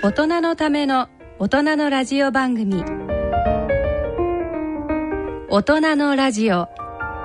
大人のための大人のラジオ番組、大人のラジオ。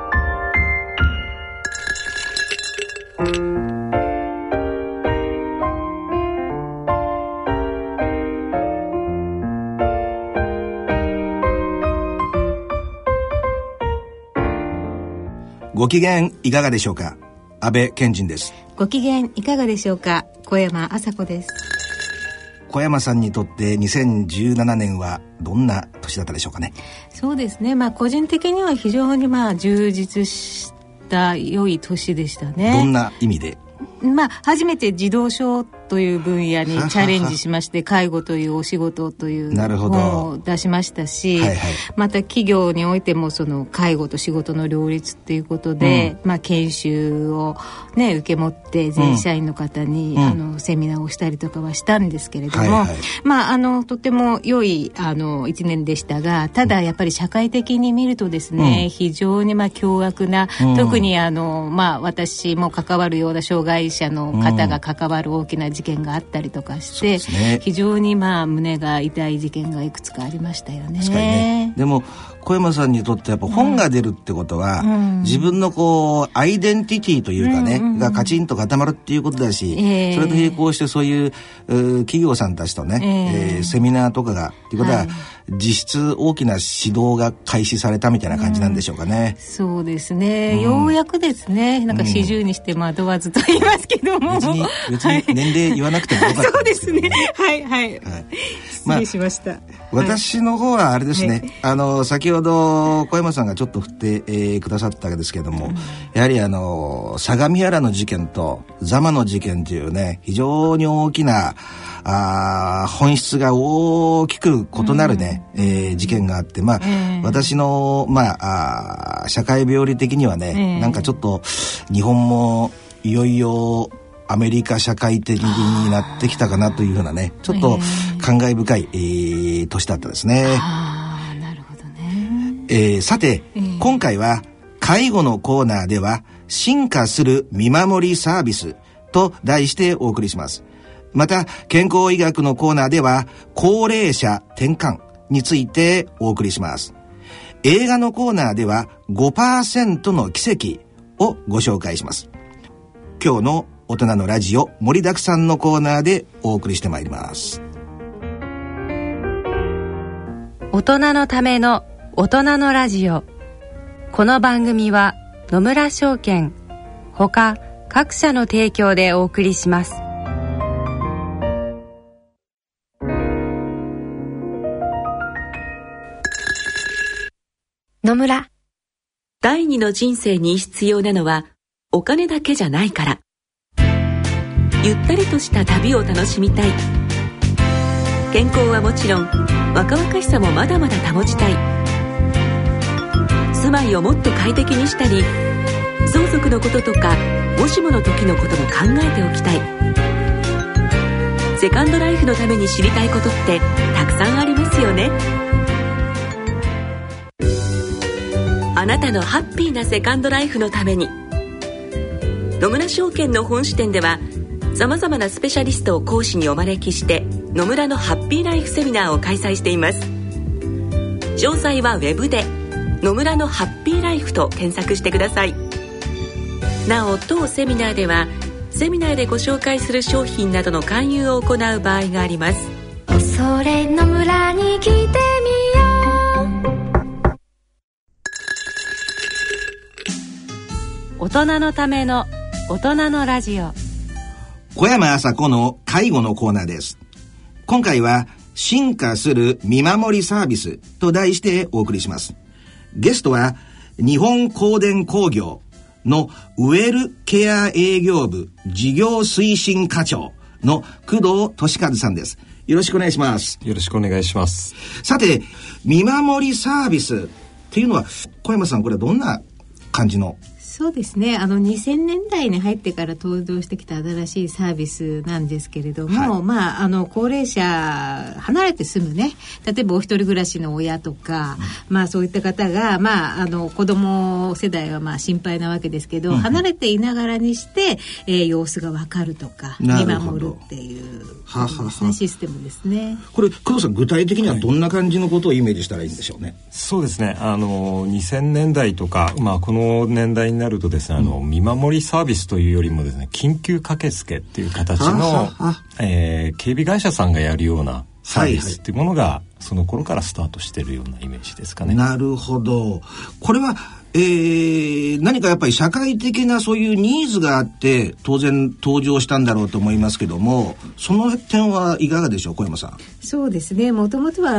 ご機嫌いかがでしょうか。安倍賢人です。 ご機嫌いかがでしょうか。小山麻子です。 小山さんにとって2017年はどんな年だったでしょうかね。 そうですね、個人的には非常に充実した良い年でしたね。 どんな意味で？ 初めて児童書という分野にチャレンジしまして介護というお仕事という本を出しましたし、また企業においてもその介護と仕事の両立っていうことで、研修を、受け持って全社員の方に、セミナーをしたりとかはしたんですけれども、とても良い1年でしたが、ただやっぱり社会的に見るとですね、非常に凶悪な、特に私も関わるような障害者の方が関わる大きな事件があったりとかして、非常に胸が痛い事件がいくつかありましたよね。 確かにね。でも小山さんにとってやっぱ本が出るってことは、自分のアイデンティティというかね、がカチンと固まるっていうことだし、それと並行してそういう企業さんたちとね、セミナーとかがっていうことは、実質大きな指導が開始されたみたいな感じなんでしょうかね。 そうですね、ようやくですね、40にして惑わずと言いますけども、 別に年齢言わなくてもよかったんですけどね。 そうですね、失礼しました。 私の方はあれですね、先ほど小山さんがちょっと振って、くださったわけですけれども、やはり相模原の事件と座間の事件というね、非常に大きな本質が大きく異なるね、事件があって、私の社会病理的にはね、なんかちょっと日本もいよいよアメリカ社会的になってきたかなというふうなね、ちょっと感慨深い、年だったですね。 なるほどね。 さて、今回は介護のコーナーでは進化する見守りサービスと題してお送りします。また健康医学のコーナーでは高齢者転換についてお送りします。映画のコーナーでは 5% の奇跡をご紹介します。今日の大人のラジオ盛りだくさんのコーナーでお送りしてまいります。 大人のための大人のラジオ。この番組は野村証券ほか各社の提供でお送りします。 野村、第二の人生に必要なのはお金だけじゃないから。ゆったりとした旅を楽しみたい。健康はもちろん若々しさもまだまだ保ちたい。住まいをもっと快適にしたり、相続のこととかもしもの時のことも考えておきたい。セカンドライフのために知りたいことってたくさんありますよね。あなたのハッピーなセカンドライフのために、野村証券の本支店ではさまざまなスペシャリストを講師にお招きして野村のハッピーライフセミナーを開催しています。詳細はウェブで野村のハッピーライフと検索してください。なお当セミナーではセミナーでご紹介する商品などの勧誘を行う場合があります。 それの村に来てみよう。 大人のための大人のラジオ。 小山麻子の介護のコーナーです。今回は進化する見守りサービスと題してお送りします。ゲストは日本光電工業のウェルケア営業部事業推進課長の工藤俊和さんです。よろしくお願いします。 よろしくお願いします。 さて、見守りサービスっていうのは小山さん、これはどんな感じのそうですね、2000年代に入ってから登場してきた新しいサービスなんですけれども、高齢者離れて住むね、例えばお一人暮らしの親とか、そういった方が、子供世代は心配なわけですけど、離れていながらにして、様子が分かるとか見守るっていうシステムですね。 これ工藤さん、具体的にはどんな感じのことをイメージしたらいいんでしょうね。 そうですね、2000年代とか、この年代になるとですね、見守りサービスというよりもですね、緊急駆けつけっていう形の警備会社さんがやるようなサービスっていうものが、その頃からスタートしているようなイメージですかね。 なるほど。これは何かやっぱり社会的なそういうニーズがあって当然登場したんだろうと思いますけども、その点はいかがでしょう、小山さん。 そうですね、もともとは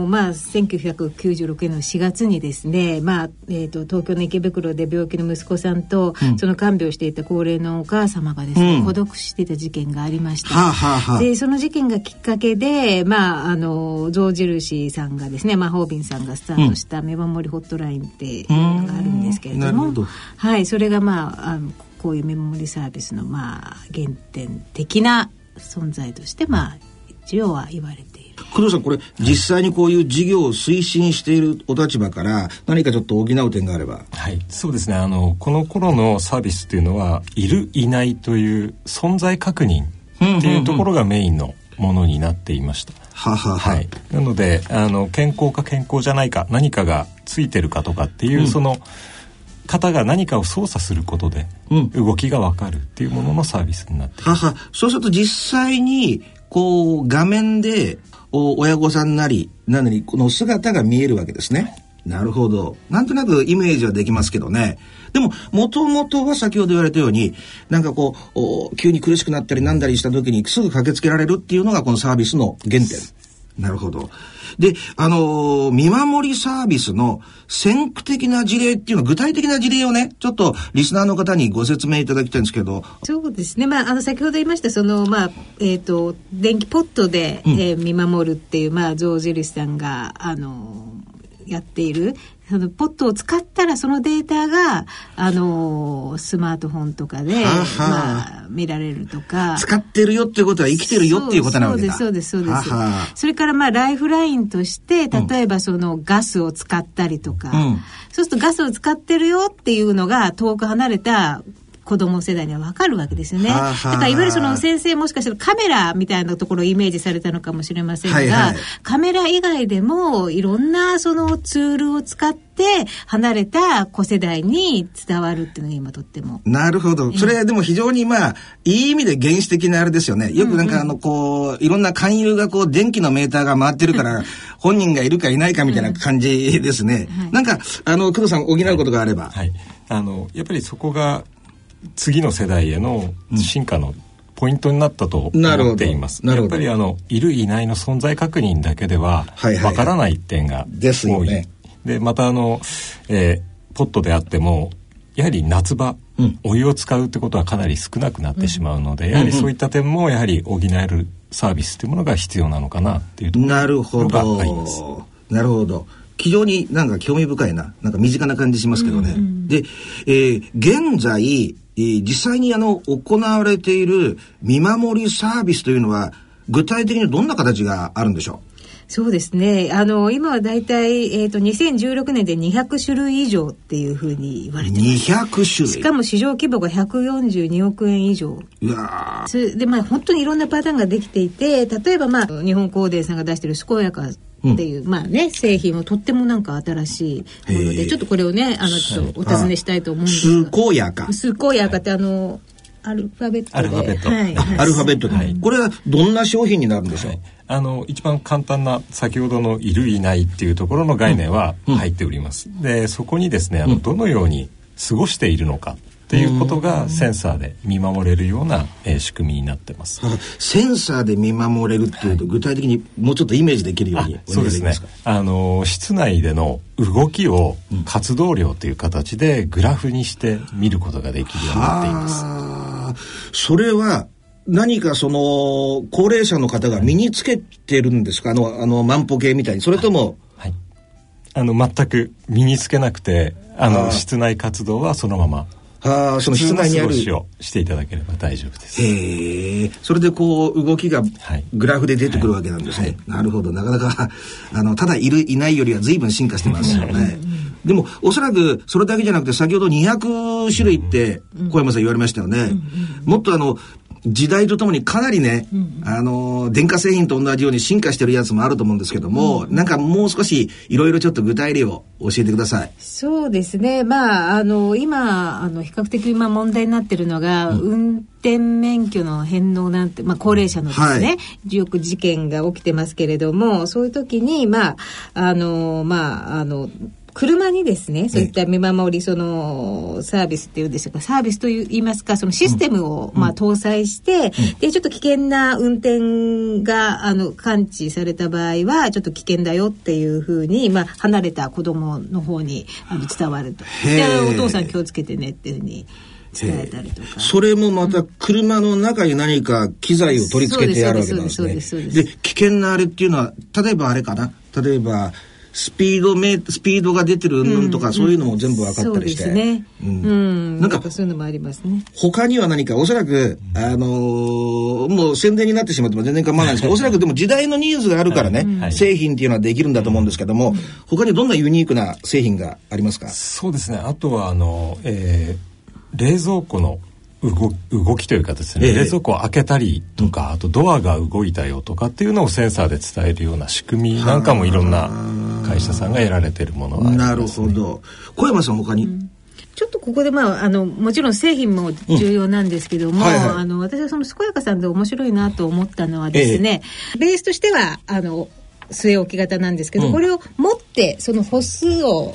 1996年の4月にですね、東京の池袋で病気の息子さんと、その看病していた高齢のお母様がですね、孤独していた事件がありました。でその事件がきっかけで、象印さんがですね、ホービンさんがスタートした見守りホットラインっていうのがあるんですけれども、それがこういう見守りサービスの原点的な存在として一応は言われている。 工藤さん、これ実際にこういう事業を推進しているお立場から何かちょっと補う点があれば。 はい、そうですね、この頃のサービスというのはいるいないという存在確認っていうところがメインのものになっていました。なので健康か健康じゃないか、何かがついてるかとかっていう、その方が何かを操作することで動きが分かるっていうもののサービスになっています。 そうすると実際にこう画面で親御さんなり何なりこの姿が見えるわけですね。なるほど。なんとなくイメージはできますけどね。でも元々は先ほど言われたように、なんか急に苦しくなったりなんだりした時にすぐ駆けつけられるっていうのがこのサービスの原点。なるほど。で、見守りサービスの先駆的な事例っていうのは、具体的な事例をね、ちょっとリスナーの方にご説明いただきたいんですけど。 そうですね。先ほど言いました電気ポットで、見守るっていう、象印さんがやっている。そのポットを使ったらそのデータがスマートフォンとかで見られるとか、 使ってるよっていうことは生きてるよっていうことなわけだ。 そうです。それからライフラインとして例えばそのガスを使ったりとか、そうするとガスを使ってるよっていうのが遠く離れた子供世代には分かるわけですよね。だからいわゆるその先生もしかしたらカメラみたいなところをイメージされたのかもしれませんが、カメラ以外でもいろんなそのツールを使って離れた子世代に伝わるっていうのが今とっても。 なるほど。それでも非常にいい意味で原始的なあれですよね。よくなんかいろんな勧誘が電気のメーターが回ってるから本人がいるかいないかみたいな感じですね。なんか工藤さん補うことがあれば。 やっぱりそこが次の世代への進化のポイントになったと思っています。やっぱりいるいないの存在確認だけではわからない点が多い。でまたポットであってもやはり夏場、お湯を使うってことはかなり少なくなってしまうので、やはりそういった点もやはり補えるサービスというものが必要なのかなっていうところがあります。 なるほど。非常になんか興味深いなんか身近な感じしますけどね。で、現在実際に行われている見守りサービスというのは具体的にどんな形があるんでしょう？ そうですね。今はだいたい2016年で200種類以上っていうふうに言われてます。 200種類。 しかも市場規模が142億円以上。それで本当にいろんなパターンができていて、例えば日本光電さんが出している健やかっていう製品もとってもなんか新しいもので、ちょっとこれをねちょっとお尋ねしたいと思うんですが、 健やかってアルファベットで、 アルファベットで、これはどんな商品になるんでしょう？ 一番簡単な先ほどのいるいないっていうところの概念は入っております。でそこにですねどのように過ごしているのかっていうことがセンサーで見守れるような、仕組みになってます。 センサーで見守れるっていうと、具体的にもうちょっとイメージできるようにお願いできますか？ そうですね。室内での動きを活動量という形でグラフにして見ることができるようになっています。 それは何か高齢者の方が身につけてるんですか？万歩計みたいに。それとも全く身につけなくて室内活動はそのままその室内にある普通の過ごしをしていただければ大丈夫です。 へえ。それでこう動きがグラフで出てくるわけなんですね。なるほど。なかなかただいるいないよりは随分進化してますよね。でもおそらくそれだけじゃなくて、先ほど200種類って小山さん言われましたよね。もっと時代とともにかなりね、電化製品と同じように進化してるやつもあると思うんですけども、なんかもう少しいろいろちょっと具体例を教えてください。 そうですね。今比較的今問題になってるのが、運転免許の返納なんて、高齢者のですね、よく事件が起きてますけれども、そういう時に車にですね、そういった見守りサービスっていうんでしょうか、サービスといいますか、そのシステムを搭載して、でちょっと危険な運転が感知された場合はちょっと危険だよっていうふうに、離れた子供の方に伝わると。でお父さん気をつけてねっていうふうに伝えたりとか。 それもまた車の中に何か機材を取り付けてやるわけなんですね。で危険なあれっていうのは、例えばあれかな、例えばスピードが出てるとか、そういうのも全部分かったりして。 そうですね。なんかそういうのもありますね。 他には何か、おそらくもう宣伝になってしまっても全然構わないんですけど、おそらくでも時代のニーズがあるからね、製品っていうのはできるんだと思うんですけども、他にどんなユニークな製品がありますか？ そうですね。あとは冷蔵庫の動きというかですね、冷蔵庫を開けたりとか、あとドアが動いたよとかっていうのをセンサーで伝えるような仕組みなんかもいろんな会社さんがやられているものがありますね。 なるほど。小山さん他に、 ちょっとここでもちろん製品も重要なんですけども、私はその健やかさんで面白いなと思ったのはですね、ベースとしては据え置き型なんですけど、これを持ってその歩数を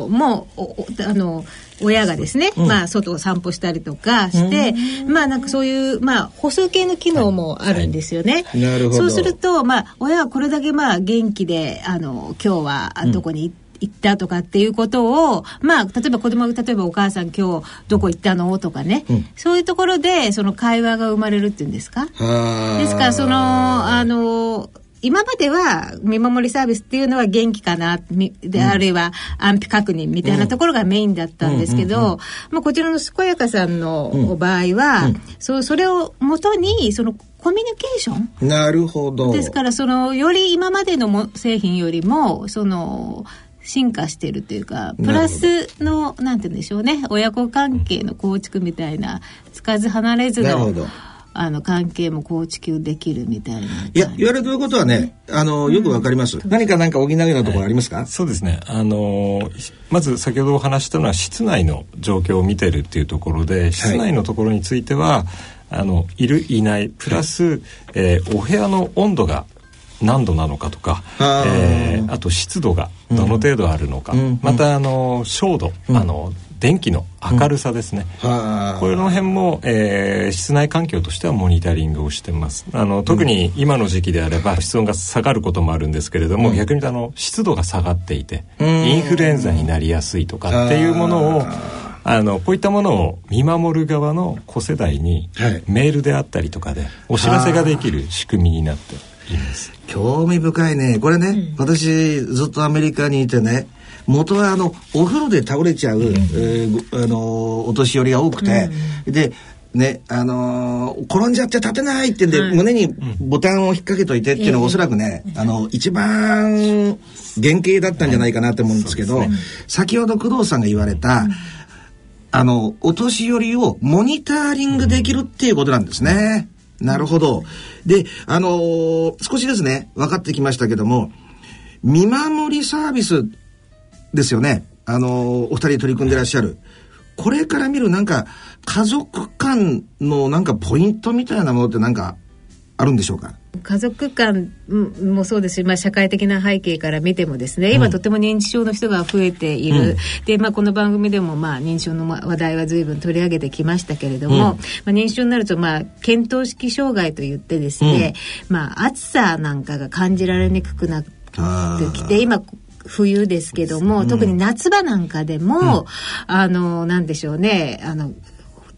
親がですね、外を散歩したりとかして、なんかそういう、歩数計の機能もあるんですよね。 なるほど。 そうすると、親はこれだけ元気で、今日はどこに行ったとかっていうことを、例えば子供が、例えばお母さん今日どこ行ったのとかね、そういうところでその会話が生まれるっていうんですか。ですから今までは見守りサービスっていうのは元気かな、あるいは安否確認みたいなところがメインだったんですけど、こちらの健やかさんの場合は、それをもとにそのコミュニケーション。 なるほど。 ですからより今までの製品よりも進化しているというか、プラスのなんて言うんでしょうね、親子関係の構築みたいな、つかず離れずの関係も構築できるみたいな。 言われてることはね、よくわかります。何か補うようなところありますか？ そうですね。まず先ほどお話したのは室内の状況を見てるっていうところで、室内のところについては、いるいないプラス、お部屋の温度が何度なのかとか、あと湿度がどの程度あるのか、また照度、電気の明るさですね、この辺も、室内環境としてはモニタリングをしてます。特に今の時期であれば室温が下がることもあるんですけれども、逆に湿度が下がっていて、インフルエンザになりやすいとかっていうものをこういったものを見守る側の子世代にメールであったりとかでお知らせができる仕組みになっています。 興味深いね。これね、私ずっとアメリカにいてね、元はお風呂で倒れちゃう、お年寄りが多くて、でね、転んじゃって立てないってんで、胸にボタンを引っ掛けといてっていうのがおそらくね、一番原型だったんじゃないかなと思うんですけど、先ほど工藤さんが言われた、お年寄りをモニタリングできるっていうことなんですね。なるほど。で、少しですね、分かってきましたけども、見守りサービスですよね。お二人取り組んでらっしゃる。これから見る家族間のポイントみたいなものってあるんでしょうか？ 家族間もそうですし、社会的な背景から見てもですね、今とても認知症の人が増えている、で、この番組でも認知症の話題は随分取り上げてきましたけれども、認知症になると見当識障害といってですね、暑さなんかが感じられにくくなってきて、今冬ですけども、特に夏場なんかでも、なんでしょうね、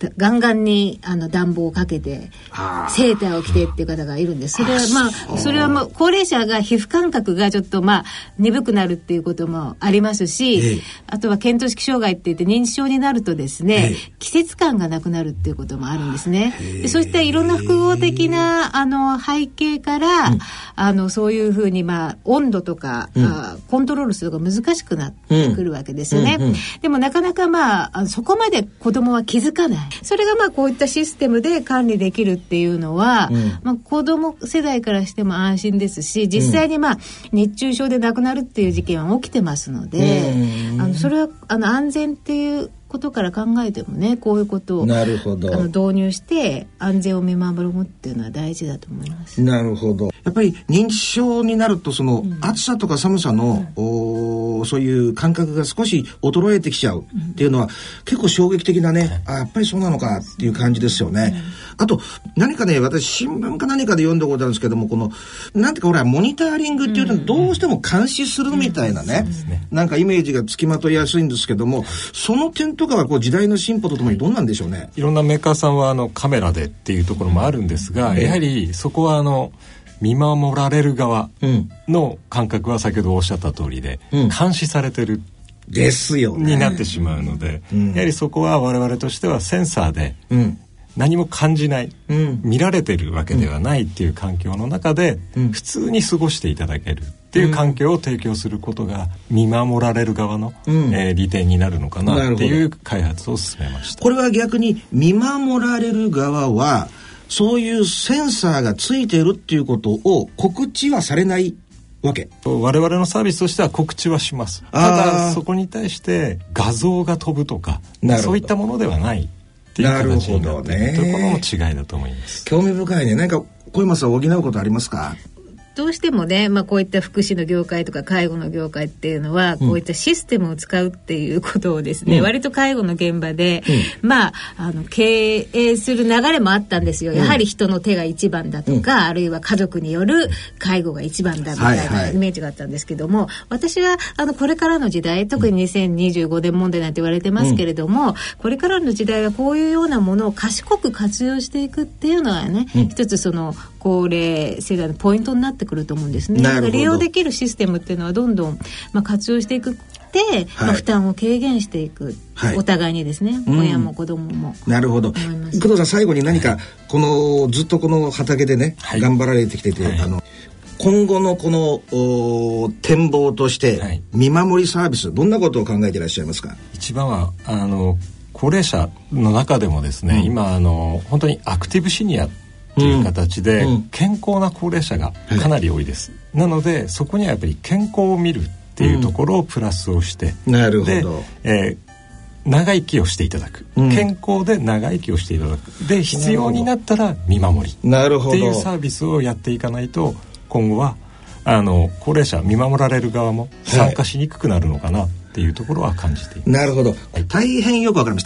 ガンガンに暖房をかけてセーターを着てっていう方がいるんです。それは高齢者が皮膚感覚がちょっと鈍くなるっていうこともありますし、あとは見当識障害って言って認知症になるとですね、季節感がなくなるっていうこともあるんですね。でそういったいろんな複合的な背景からそういうふうに温度とか、コントロールするのが難しくなってくるわけですよね。でもなかなかそこまで子供は気づかない。それがこういったシステムで管理できるっていうのは、子供世代からしても安心ですし、実際に熱中症で亡くなるっていう事件は起きてますので、それは安全っていうことから考えてもね、こういうことを導入して安全を見守るっていうのは大事だと思います。 なるほど。やっぱり認知症になると暑さとか寒さの、そういう感覚が少し衰えてきちゃうっていうのは、結構衝撃的なね、やっぱりそうなのかっていう感じですよね。あと何かね、私新聞か何かで読んだことあるんですけども、なんていうかモニタリングっていうとどうしても監視するみたいなね、なんかイメージがつきまといやすいんですけども、その点とかは時代の進歩とともにどうなんでしょうね。 いろんなメーカーさんはカメラでっていうところもあるんですが、やはりそこは見守られる側の感覚は先ほどおっしゃった通りで、監視されてるですよねになってしまうので、やはりそこは我々としてはセンサーで何も感じない、見られてるわけではないっていう環境の中で、普通に過ごしていただけるっていう環境を提供することが見守られる側の、利点になるのかなっていう開発を進めました。 これは逆に見守られる側はそういうセンサーがついているっていうことを告知はされないわけ。 我々のサービスとしては告知はします。ただそこに対して画像が飛ぶとかそういったものではないっていう形になっているところの違いだと思います。 興味深いね。何か小山さん補うことありますか？ どうしてもね、こういった福祉の業界とか介護の業界っていうのは、こういったシステムを使うっていうことをですね、割と介護の現場で、経営する流れもあったんですよ。やはり人の手が一番だとか、あるいは家族による介護が一番だみたいなイメージがあったんですけども、私はこれからの時代、特に2025年問題なんて言われてますけれども、これからの時代はこういうようなものを賢く活用していくっていうのはね、一つ高齢世代のポイントになってくると思うんですね。利用できるシステムっていうのはどんどん、活用していくって負担を軽減していく、お互いにですね、親も子供も。 なるほど。工藤さん、最後に何かずっとこの畑でね、頑張られてきてて、今後の展望として、見守りサービスどんなことを考えていらっしゃいますか？ 一番は高齢者の中でもですね、今本当にアクティブシニアという形で、健康な高齢者がかなり多いです。なのでそこにはやっぱり健康を見るっていうところをプラスをして、 なるほど。 で、長生きをしていただく、健康で長生きをしていただく、で必要になったら見守りっていうサービスをやっていかないと、今後は高齢者見守られる側も参加しにくくなるのかなっていうところは感じています。 なるほど。大変よくわかりました。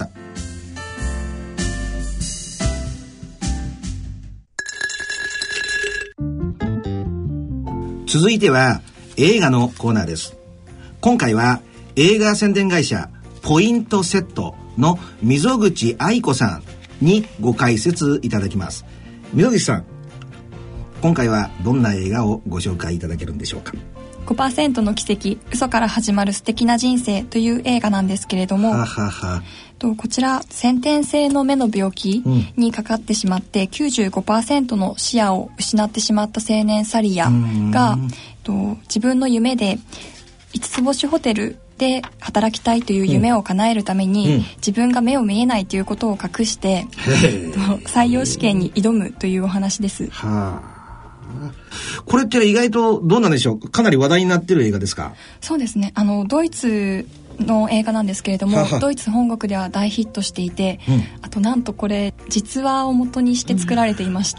続いては映画のコーナーです。今回は映画宣伝会社ポイントセットの溝口愛子さんにご解説いただきます。溝口さん、今回はどんな映画をご紹介いただけるんでしょうか？ 5% の奇跡、嘘から始まる素敵な人生という映画なんですけれども、こちら先天性の目の病気にかかってしまって、95% の視野を失ってしまった青年サリアが自分の夢で5つ星ホテルで働きたいという夢を叶えるために、自分が目を見えないということを隠して採用試験に挑むというお話です。 これって意外とどうなんでしょう？かなり話題になってる映画ですか？ そうですね。ドイツの映画なんですけれども、ドイツ本国では大ヒットしていて、あとなんとこれ実話を元にして作られていまして、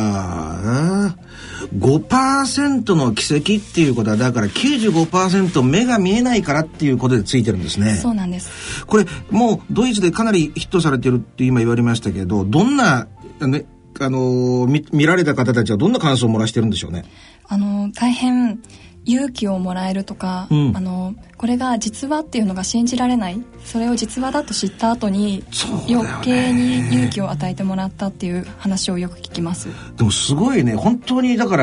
5% の奇跡っていうことは、だから 95% 目が見えないからっていうことでついてるんですね。 そうなんです。 これもうドイツでかなりヒットされてるって今言われましたけど、どんな見られた方たちはどんな感想を漏らしてるんでしょうね？ 大変勇気をもらえるとか、これが実話っていうのが信じられない、それを実話だと知った後に余計に勇気を与えてもらったっていう話をよく聞きます。 でもすごいね、本当にだから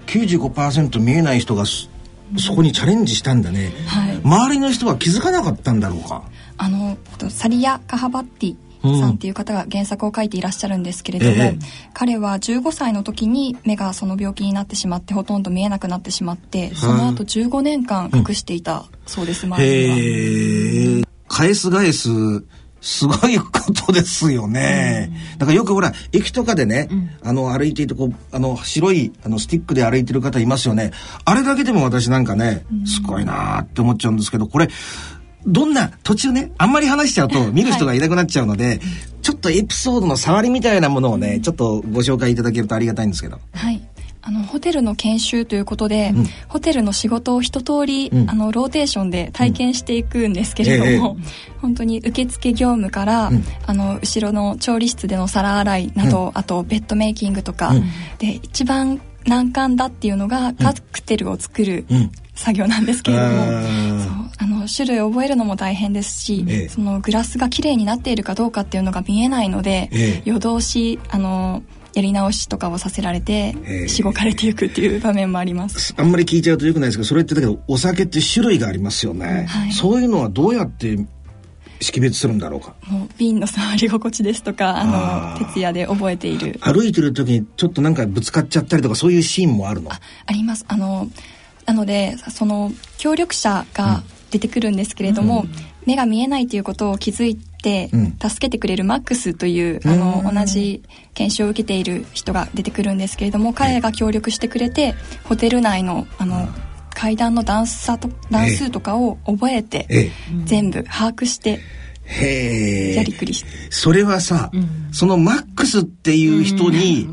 95% 見えない人がそこにチャレンジしたんだね、周りの人は気づかなかったんだろうか。 サリヤ・カハバッティさんっていう方が原作を書いていらっしゃるんですけれども、彼は15歳の時に目がその病気になってしまってほとんど見えなくなってしまって、その後15年間隠していたそうです。周りには返すすごいことですよね、だからよくほら駅とかでね、歩いていてこう白いスティックで歩いてる方いますよね。あれだけでも私なんかね、すごいなって思っちゃうんですけど、これどんな途中ねあんまり話しちゃうと見る人がいなくなっちゃうので、ちょっとエピソードの触りみたいなものをね、ちょっとご紹介いただけるとありがたいんですけど。 はい、ホテルの研修ということで、ホテルの仕事を一通り、ローテーションで体験していくんですけれども、本当に受付業務から、後ろの調理室での皿洗いなど、あとベッドメイキングとか、で一番難関だっていうのがカクテルを作る作業なんですけれども、種類を覚えるのも大変ですし、そのグラスがきれいになっているかどうかっていうのが見えないので、夜通しやり直しとかをさせられて、しごかれていくっていう場面もあります。 あんまり聞いちゃうとよくないですけど、それってだけどお酒って種類がありますよね、そういうのはどうやって識別するんだろうか。 もう瓶の触り心地ですとか、徹夜で覚えている。 歩いてる時にちょっとなんかぶつかっちゃったりとか、そういうシーンもあるの？ あります。なのでその協力者が出てくるんですけれども、目が見えないということを気づいて助けてくれるマックスという同じ研修を受けている人が出てくるんですけれども、彼が協力してくれて、ホテル内の階段の段数とかを覚えて、全部把握してやりくりして。 それはさ、そのマックスっていう人に、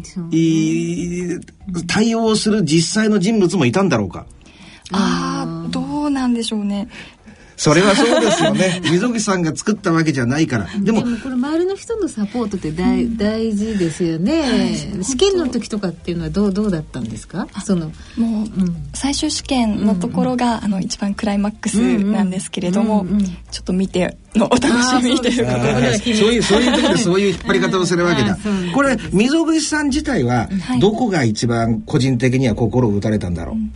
対応する実際の人物もいたんだろうか。 どうなんでしょうね。 それはそうですよね。溝口さんが作ったわけじゃないから。でもこれ周りの人のサポートって大事ですよね、試験の時とかっていうのはどうだったんですか？ もう、最終試験のところが、一番クライマックスなんですけれども、ちょっと見てのお楽しみということで、 そういうところでそういう引っ張り方をするわけだ。これ溝口さん自体はどこが一番個人的には心を打たれたんだろう？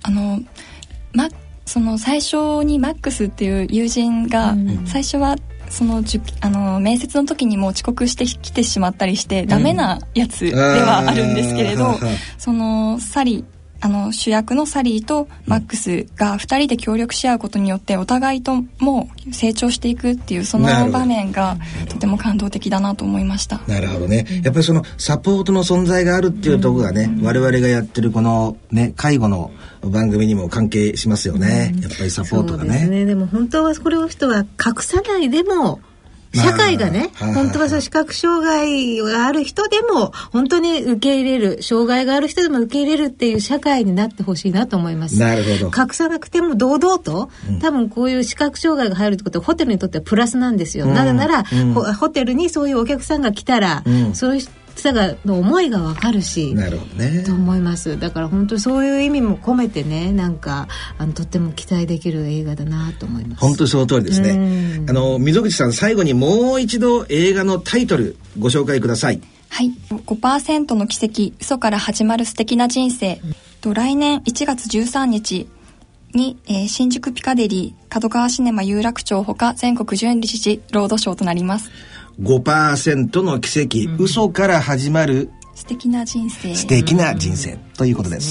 その最初にマックスっていう友人が、最初はその面接の時にも遅刻してきてしまったりしてダメなやつではあるんですけれど、その主役のサリーとマックスが2人で協力し合うことによってお互いとも成長していくっていう、その場面がとても感動的だなと思いました。 なるほどね。やっぱりそのサポートの存在があるっていうところがね、我々がやってるこのね介護の番組にも関係しますよね、やっぱりサポートがね。そうですね。 でも本当はこれを人は隠さないでも、社会がね、本当は視覚障害がある人でも本当に受け入れる、障害がある人でも受け入れるっていう社会になってほしいなと思います。 なるほど。 隠さなくても堂々と、多分こういう視覚障害が入るってことはホテルにとってはプラスなんですよ。なぜなら、ホテルにそういうお客さんが来たら、そういう人の思いがわかるし、 なるほどね、 と思います。だから本当にそういう意味も込めてね、なんかとっても期待できる映画だなと思います。 本当にその通りですね。溝口さん、最後にもう一度映画のタイトルご紹介ください。 はい、5% の奇跡、嘘から始まる素敵な人生、来年1月13日に、新宿ピカデリー、角川シネマ有楽町ほか全国順次ロードショーとなります。 5% の奇跡、嘘から始まる素敵な人生、 素敵な人生ということです。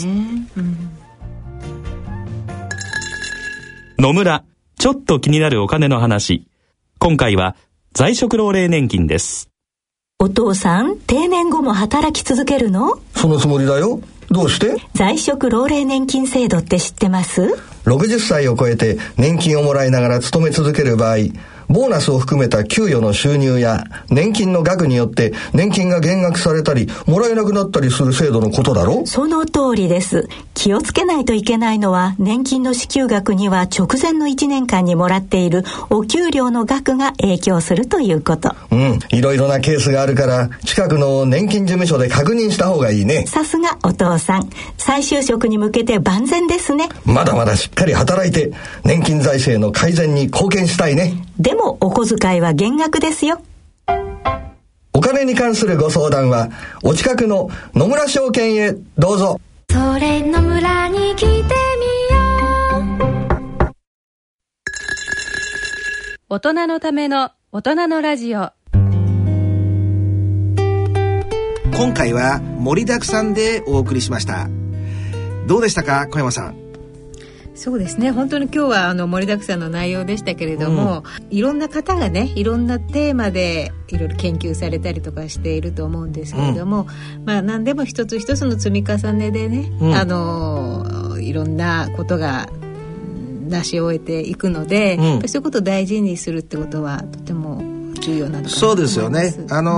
野村、ちょっと気になるお金の話。今回は在職老齢年金です。 お父さん、定年後も働き続けるの？ そのつもりだよ。どうして？ 在職老齢年金制度って知ってます？ 60 歳を超えて年金をもらいながら勤め続ける場合、ボーナスを含めた給与の収入や年金の額によって年金が減額されたりもらえなくなったりする制度のことだろう？ その通りです。 気をつけないといけないのは、年金の支給額には直前の1年間にもらっているお給料の額が影響するということ。 いろいろなケースがあるから近くの年金事務所で確認した方がいいね。 さすがお父さん、再就職に向けて万全ですね。 まだまだしっかり働いて年金財政の改善に貢献したいね。 でもお小遣いは減額ですよ。 お金に関するご相談はお近くの野村証券へどうぞ。 それ野村に来てみよう。 大人のための大人のラジオ。 今回は盛りだくさんでお送りしました。どうでしたか、小山さん。 そうですね、本当に今日は盛りだくさんの内容でしたけれども、いろんな方がね、いろんなテーマでいろいろ研究されたりとかしていると思うんですけれども、何でも一つ一つの積み重ねでね、いろんなことが成し終えていくので、そういうことを大事にするってことはとても重要なのかなと思います。 そうですよね。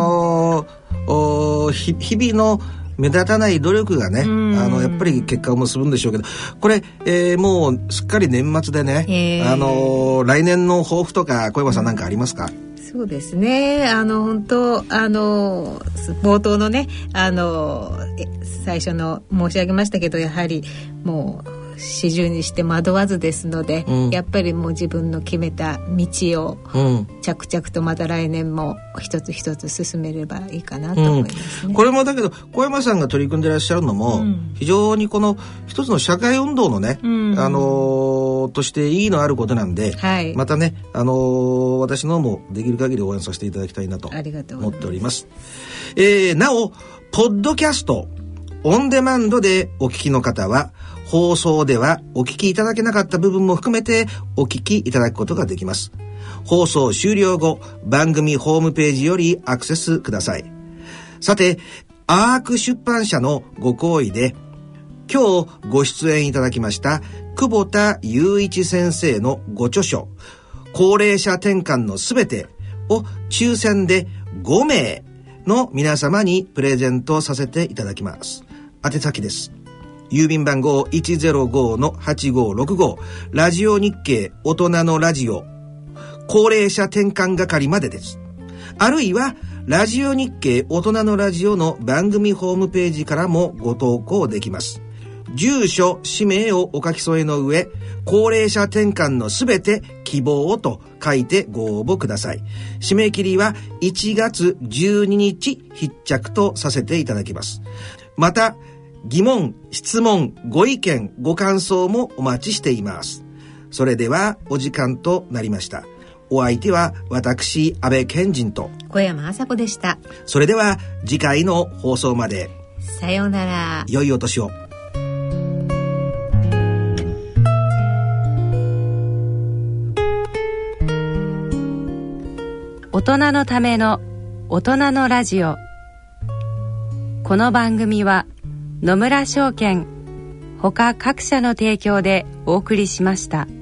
日々の目立たない努力がね、やっぱり結果を結ぶんでしょうけど、これ、もうすっかり年末でね、来年の抱負とか小山さん何かありますか？ そうですね、本当冒頭のね、最初の申し上げましたけど、やはりもう40にして惑わずですので、やっぱりもう自分の決めた道を着々とまた来年も一つ一つ進めればいいかなと思いますね。 これもだけど小山さんが取り組んでいらっしゃるのも、非常にこの一つの社会運動のね、として意義のあることなんで、またね、私のもできる限り応援させていただきたいなと思っております。なおポッドキャストオンデマンドでお聞きの方は、放送ではお聞きいただけなかった部分も含めてお聞きいただくことができます。放送終了後、番組ホームページよりアクセスください。さて、アーク出版社のご好意で、今日ご出演いただきました久保田雄一先生のご著書、高齢者転換のすべてを抽選で5名の皆様にプレゼントさせていただきます。宛先です。郵便番号 105-8565 ラジオ日経大人のラジオ高齢者転換係までです。あるいはラジオ日経大人のラジオの番組ホームページからもご投稿できます。住所氏名をお書き添えの上、高齢者転換のすべて希望と書いてご応募ください。締め切りは1月12日必着とさせていただきます。また疑問、質問、ご意見、ご感想もお待ちしています。それではお時間となりました。お相手は私、安倍賢人と小山麻子でした。 それでは次回の放送まで。 さようなら。 良いお年を。 大人のための大人のラジオ。この番組は野村証券ほか各社の提供でお送りしました。